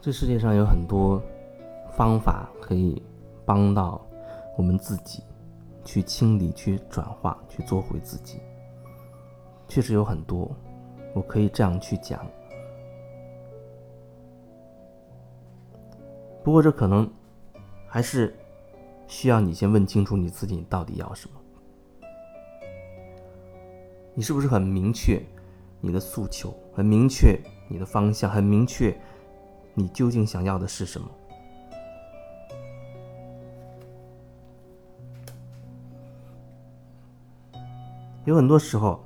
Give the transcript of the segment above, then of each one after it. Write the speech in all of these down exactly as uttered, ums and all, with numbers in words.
这世界上有很多方法可以帮到我们自己去清理、去转化、去做回自己，确实有很多，我可以这样去讲。不过这可能还是需要你先问清楚你自己到底要什么。你是不是很明确你的诉求，很明确你的方向，很明确你究竟想要的是什么？有很多时候，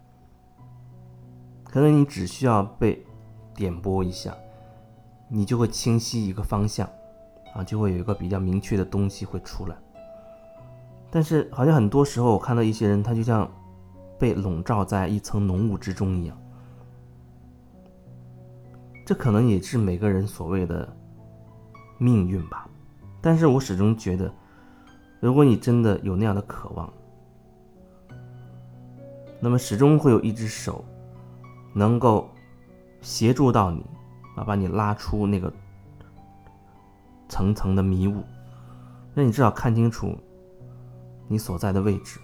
可能你只需要被点拨一下，你就会清晰一个方向啊，就会有一个比较明确的东西会出来。但是好像很多时候我看到一些人，他就像被笼罩在一层浓雾之中一样。这可能也是每个人所谓的命运吧。但是我始终觉得，如果你真的有那样的渴望，那么始终会有一只手能够协助到你啊，把你拉出那个层层的迷雾，让你至少看清楚你所在的位置。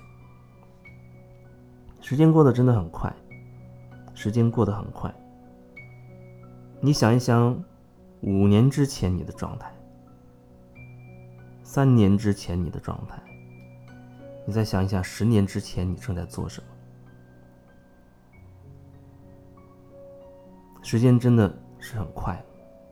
时间过得真的很快，时间过得很快。你想一想，五年之前你的状态，三年之前你的状态，你再想一想十年之前你正在做什么。时间真的是很快。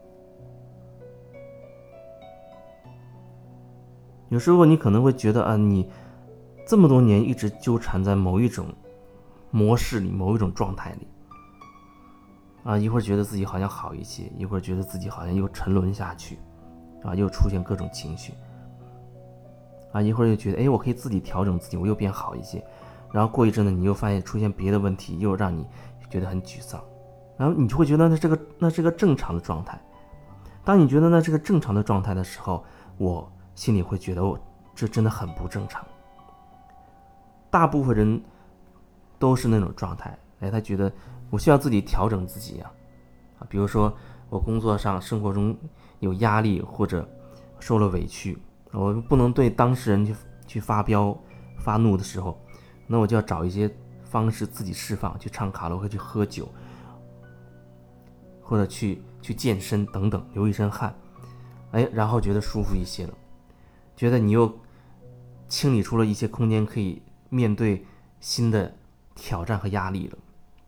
有时候你可能会觉得啊，你这么多年一直纠缠在某一种模式里，某一种状态里啊，一会儿觉得自己好像好一些，一会儿觉得自己好像又沉沦下去啊，又出现各种情绪啊，一会儿又觉得哎，我可以自己调整自己，我又变好一些，然后过一阵子你又发现出现别的问题，又让你觉得很沮丧，然后你就会觉得那这个那是个正常的状态。当你觉得那是个正常的状态的时候，我心里会觉得我这真的很不正常。大部分人都是那种状态，哎，他觉得我需要自己调整自己啊，啊，比如说我工作上、生活中有压力或者受了委屈，我不能对当事人去去发飙、发怒的时候，那我就要找一些方式自己释放，去唱卡拉 OK、去喝酒，或者去去健身等等，流一身汗，哎，然后觉得舒服一些了，觉得你又清理出了一些空间，可以面对新的挑战和压力了。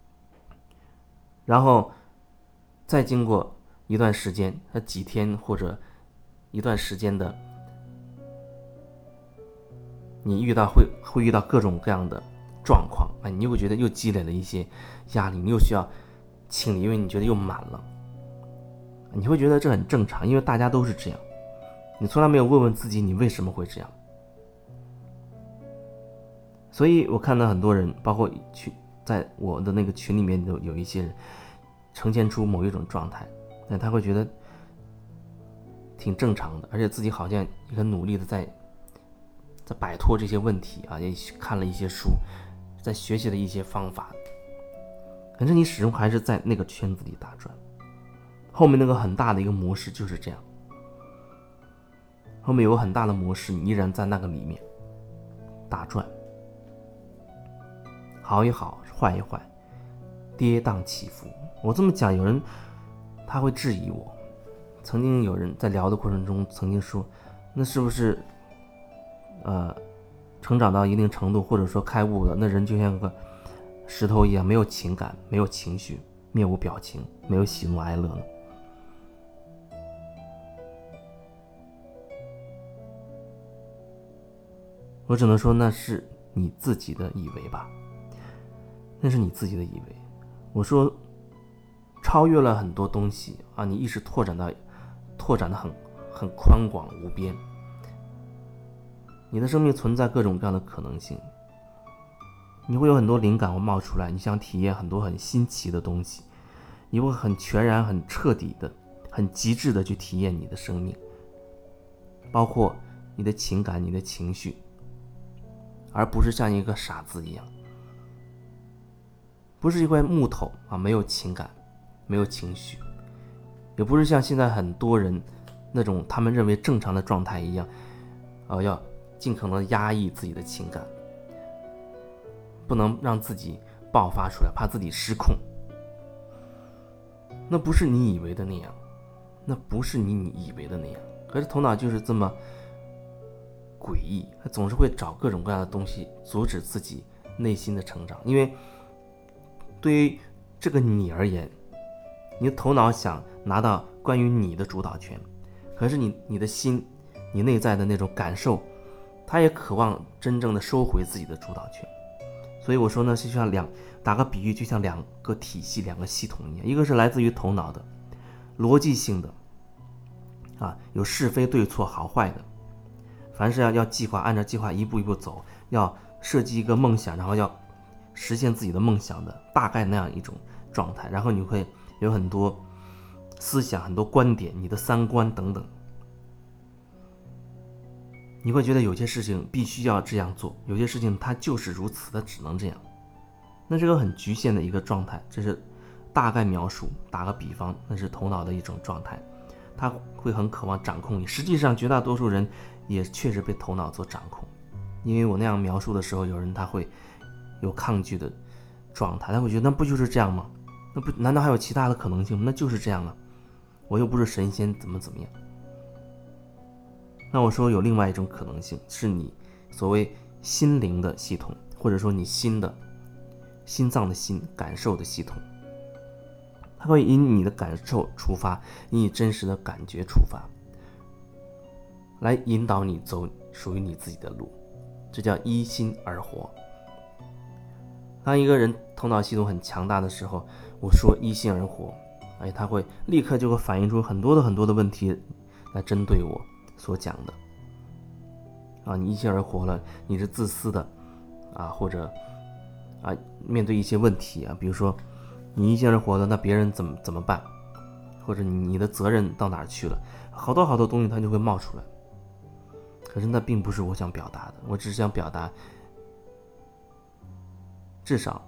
然后再经过一段时间，几天或者一段时间的，你遇到会会遇到各种各样的状况，哎，你又会觉得又积累了一些压力，你又需要清理，因为你觉得又满了。你会觉得这很正常，因为大家都是这样，你从来没有问问自己你为什么会这样。所以我看到很多人，包括去在我的那个群里面有有一些人呈现出某一种状态，那他会觉得挺正常的，而且自己好像也很努力的在在摆脱这些问题啊，也看了一些书，在学习了一些方法，可是你始终还是在那个圈子里打转。后面那个很大的一个模式就是这样，后面有个很大的模式，你依然在那个里面打转，好一好，坏一坏，跌宕起伏。我这么讲，有人他会质疑我。曾经有人在聊的过程中曾经说，那是不是呃成长到一定程度，或者说开悟了，那人就像个石头一样，没有情感，没有情绪，面无表情，没有喜怒哀乐呢？我只能说那是你自己的以为吧，那是你自己的以为。我说超越了很多东西啊，你意识拓展到拓展的很很宽广无边，你的生命存在各种各样的可能性，你会有很多灵感会冒出来，你想体验很多很新奇的东西，你会很全然、很彻底的、很极致的去体验你的生命，包括你的情感、你的情绪，而不是像一个傻子一样，不是一块木头啊，没有情感，没有情绪， 也不是像现在很多人那种他们认为正常的状态一样，呃，要尽可能压抑自己的情感，不能让自己爆发出来，怕自己失控。那不是你以为的那样，那不是你你以为的那样。可是头脑就是这么诡异，它总是会找各种各样的东西阻止自己内心的成长。因为对于这个你而言，你的头脑想拿到关于你的主导权，可是你你的心，你内在的那种感受，他也渴望真正的收回自己的主导权。所以我说呢，就像两打个比喻，就像两个体系、两个系统一样，一个是来自于头脑的逻辑性的啊，有是非对错好坏的，凡是要要计划，按照计划一步一步走，要设计一个梦想，然后要实现自己的梦想的大概那样一种状态。然后你会有很多思想、很多观点，你的三观等等，你会觉得有些事情必须要这样做，有些事情它就是如此的，只能这样。那这个很局限的一个状态，这是大概描述，打个比方，那是头脑的一种状态，他会很渴望掌控你。实际上绝大多数人也确实被头脑所掌控。因为我那样描述的时候，有人他会有抗拒的状态，他会觉得那不就是这样吗？那不难道还有其他的可能性吗？那就是这样啊，我又不是神仙，怎么怎么样。那我说有另外一种可能性，是你所谓心灵的系统，或者说你心的心脏的心感受的系统，它会以你的感受出发，以你真实的感觉出发，来引导你走属于你自己的路，这叫依心而活。当一个人头脑系统很强大的时候，我说依心而活，哎，他会立刻就会反映出很多的很多的问题来针对我所讲的啊，你依心而活了，你是自私的啊，或者啊，面对一些问题啊，比如说你依心而活了，那别人怎么怎么办？或者你的责任到哪儿去了？好多好多东西它就会冒出来。可是那并不是我想表达的，我只是想表达，至少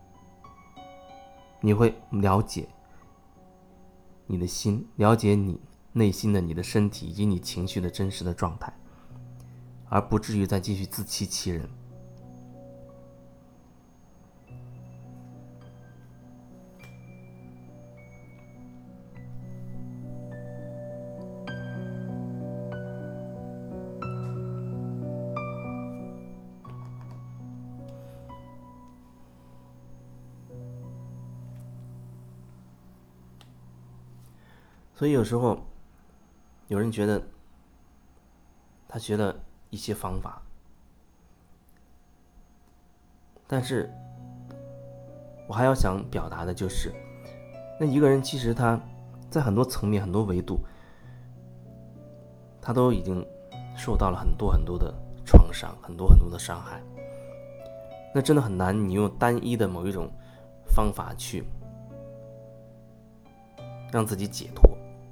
你会了解你的心，了解你内心的你的身体以及你情绪的真实的状态，而不至于再继续自欺欺人。所以有时候有人觉得他学了一些方法，但是我还要想表达的就是，那一个人其实他在很多层面很多维度他都已经受到了很多很多的创伤，很多很多的伤害，那真的很难你用单一的某一种方法去让自己解脱。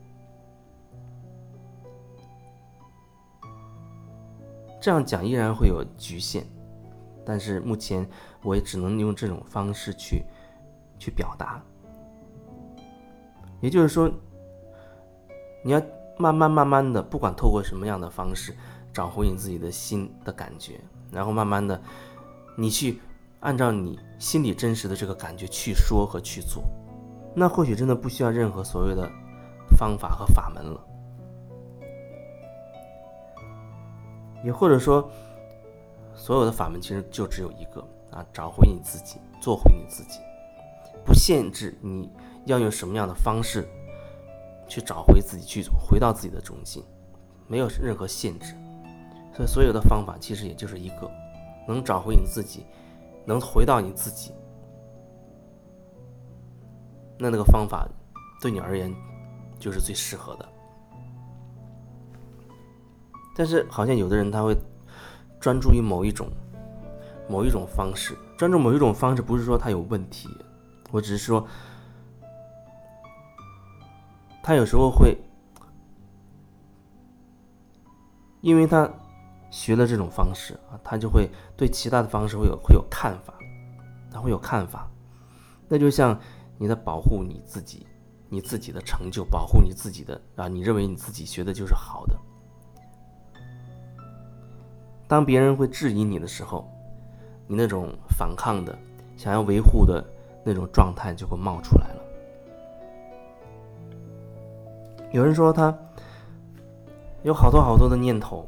这样讲依然会有局限，但是目前我也只能用这种方式去去表达。也就是说，你要慢慢慢慢的，不管透过什么样的方式，找回你自己的心的感觉，然后慢慢的，你去按照你心里真实的这个感觉去说和去做，那或许真的不需要任何所谓的方法和法门了。也或者说，所有的法门其实就只有一个啊，找回你自己，做回你自己，不限制你要用什么样的方式去找回自己，去回到自己的中心，没有任何限制。所以所有的方法其实也就是一个，能找回你自己，能回到你自己，那那个方法对你而言就是最适合的。但是好像有的人他会专注于某一种某一种方式，专注某一种方式不是说他有问题，我只是说他有时候会因为他学了这种方式啊，他就会对其他的方式会有会有看法，他会有看法。那就像你在保护你自己， 你自己的成就，保护你自己的啊，你认为你自己学的就是好的。当别人会质疑你的时候，你那种反抗的、想要维护的那种状态就会冒出来了。有人说他有好多好多的念头，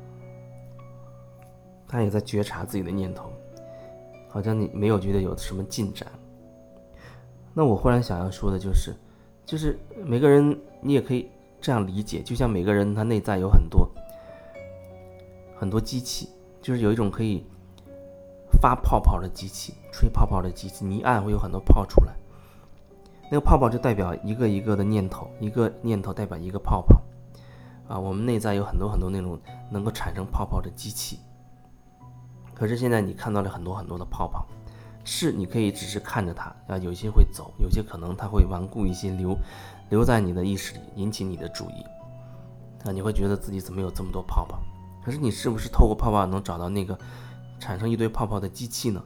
他也在觉察自己的念头，好像你没有觉得有什么进展。那我忽然想要说的就是，就是每个人你也可以这样理解，就像每个人他内在有很多很多机器，就是有一种可以发泡泡的机器，吹泡泡的机器，你一按会有很多泡出来，那个泡泡就代表一个一个的念头，一个念头代表一个泡泡啊。我们内在有很多很多那种能够产生泡泡的机器，可是现在你看到了很多很多的泡泡，是你可以只是看着它啊，有些会走，有些可能它会顽固一些，留留在你的意识里，引起你的注意啊，你会觉得自己怎么有这么多泡泡？可是你是不是透过泡泡能找到那个产生一堆泡泡的机器呢？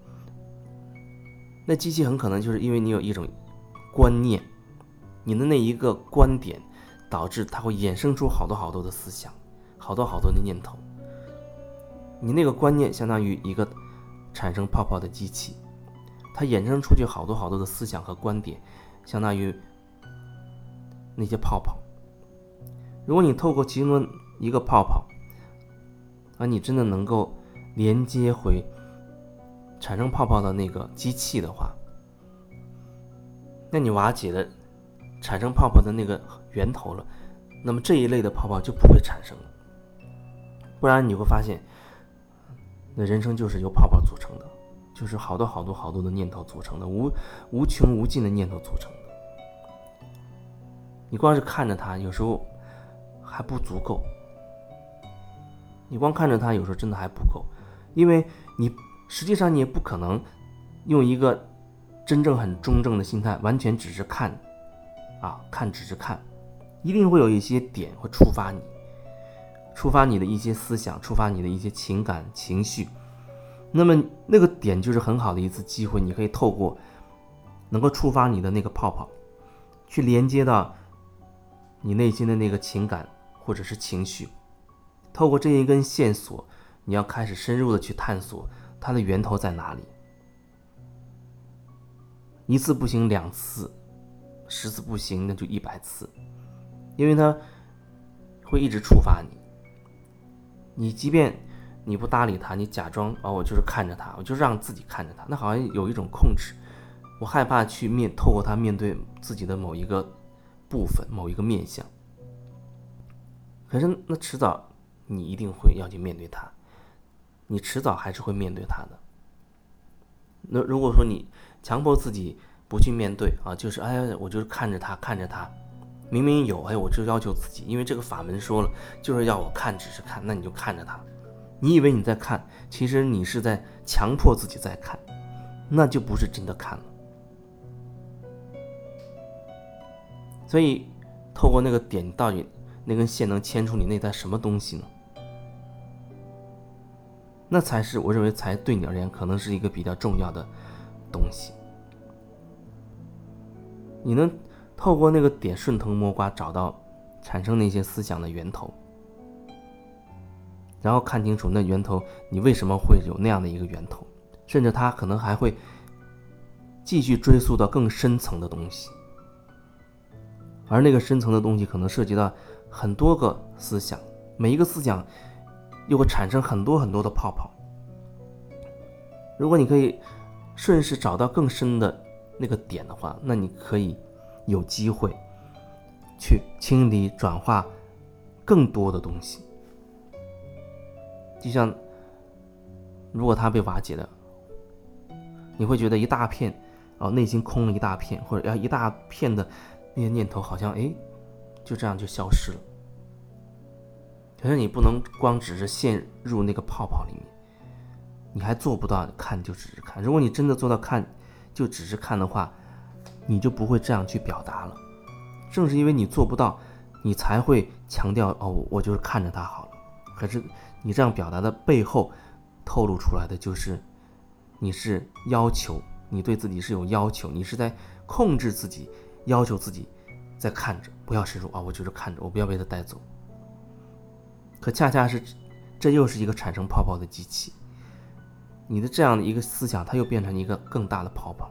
那机器很可能就是因为你有一种观念，你的那一个观点导致它会衍生出好多好多的思想，好多好多的念头。你那个观念相当于一个产生泡泡的机器，它衍生出去好多好多的思想和观点，相当于那些泡泡。如果你透过其中的一个泡泡，而你真的能够连接回产生泡泡的那个机器的话，那你瓦解了产生泡泡的那个源头了，那么这一类的泡泡就不会产生了。不然你会发现，那人生就是由泡泡组成的，就是好多好多好多的念头组成的，无无穷无尽的念头组成的。你光是看着它，有时候还不足够。你光看着它，有时候真的还不够，因为你实际上你也不可能用一个真正很中正的心态，完全只是看啊，看只是看，一定会有一些点会触发你，触发你的一些思想，触发你的一些情感情绪。那么那个点就是很好的一次机会，你可以透过能够触发你的那个泡泡，去连接到你内心的那个情感或者是情绪。透过这一根线索，你要开始深入的去探索它的源头在哪里。一次不行，两次，十次不行，那就一百次，因为它会一直触发你。你即便你不搭理它，你假装哦，我就是看着它，我就让自己看着它，那好像有一种控制，我害怕去面透过它面对自己的某一个部分，某一个面向。可是那迟早你一定会要去面对它，你迟早还是会面对它的。那如果说你强迫自己不去面对啊，就是哎呀，我就是看着它，看着它，明明有，哎，我就要求自己，因为这个法门说了，就是要我看，只是看，那你就看着它。你以为你在看，其实你是在强迫自己在看，那就不是真的看了。所以，透过那个点，到底那根线能牵出你内在什么东西呢？那才是我认为才对你而言可能是一个比较重要的东西。你能透过那个点顺藤摸瓜找到产生那些思想的源头，然后看清楚那源头你为什么会有那样的一个源头，甚至它可能还会继续追溯到更深层的东西，而那个深层的东西可能涉及到很多个思想，每一个思想又会产生很多很多的泡泡。如果你可以顺势找到更深的那个点的话，那你可以有机会去清理转化更多的东西。就像如果它被瓦解了，你会觉得一大片哦，内心空了一大片，或者要一大片的那些念头好像哎就这样就消失了。可是你不能光只是陷入那个泡泡里面，你还做不到看就只是看。如果你真的做到看就只是看的话，你就不会这样去表达了。正是因为你做不到，你才会强调哦，我就是看着它好了。可是你这样表达的背后透露出来的就是你是要求，你对自己是有要求，你是在控制自己要求自己在看着，不要伸手啊，我就是看着，我不要被他带走。可恰恰是这又是一个产生泡泡的机器，你的这样的一个思想，它又变成一个更大的泡泡。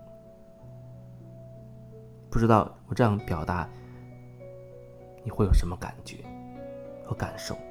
不知道我这样表达你会有什么感觉和感受？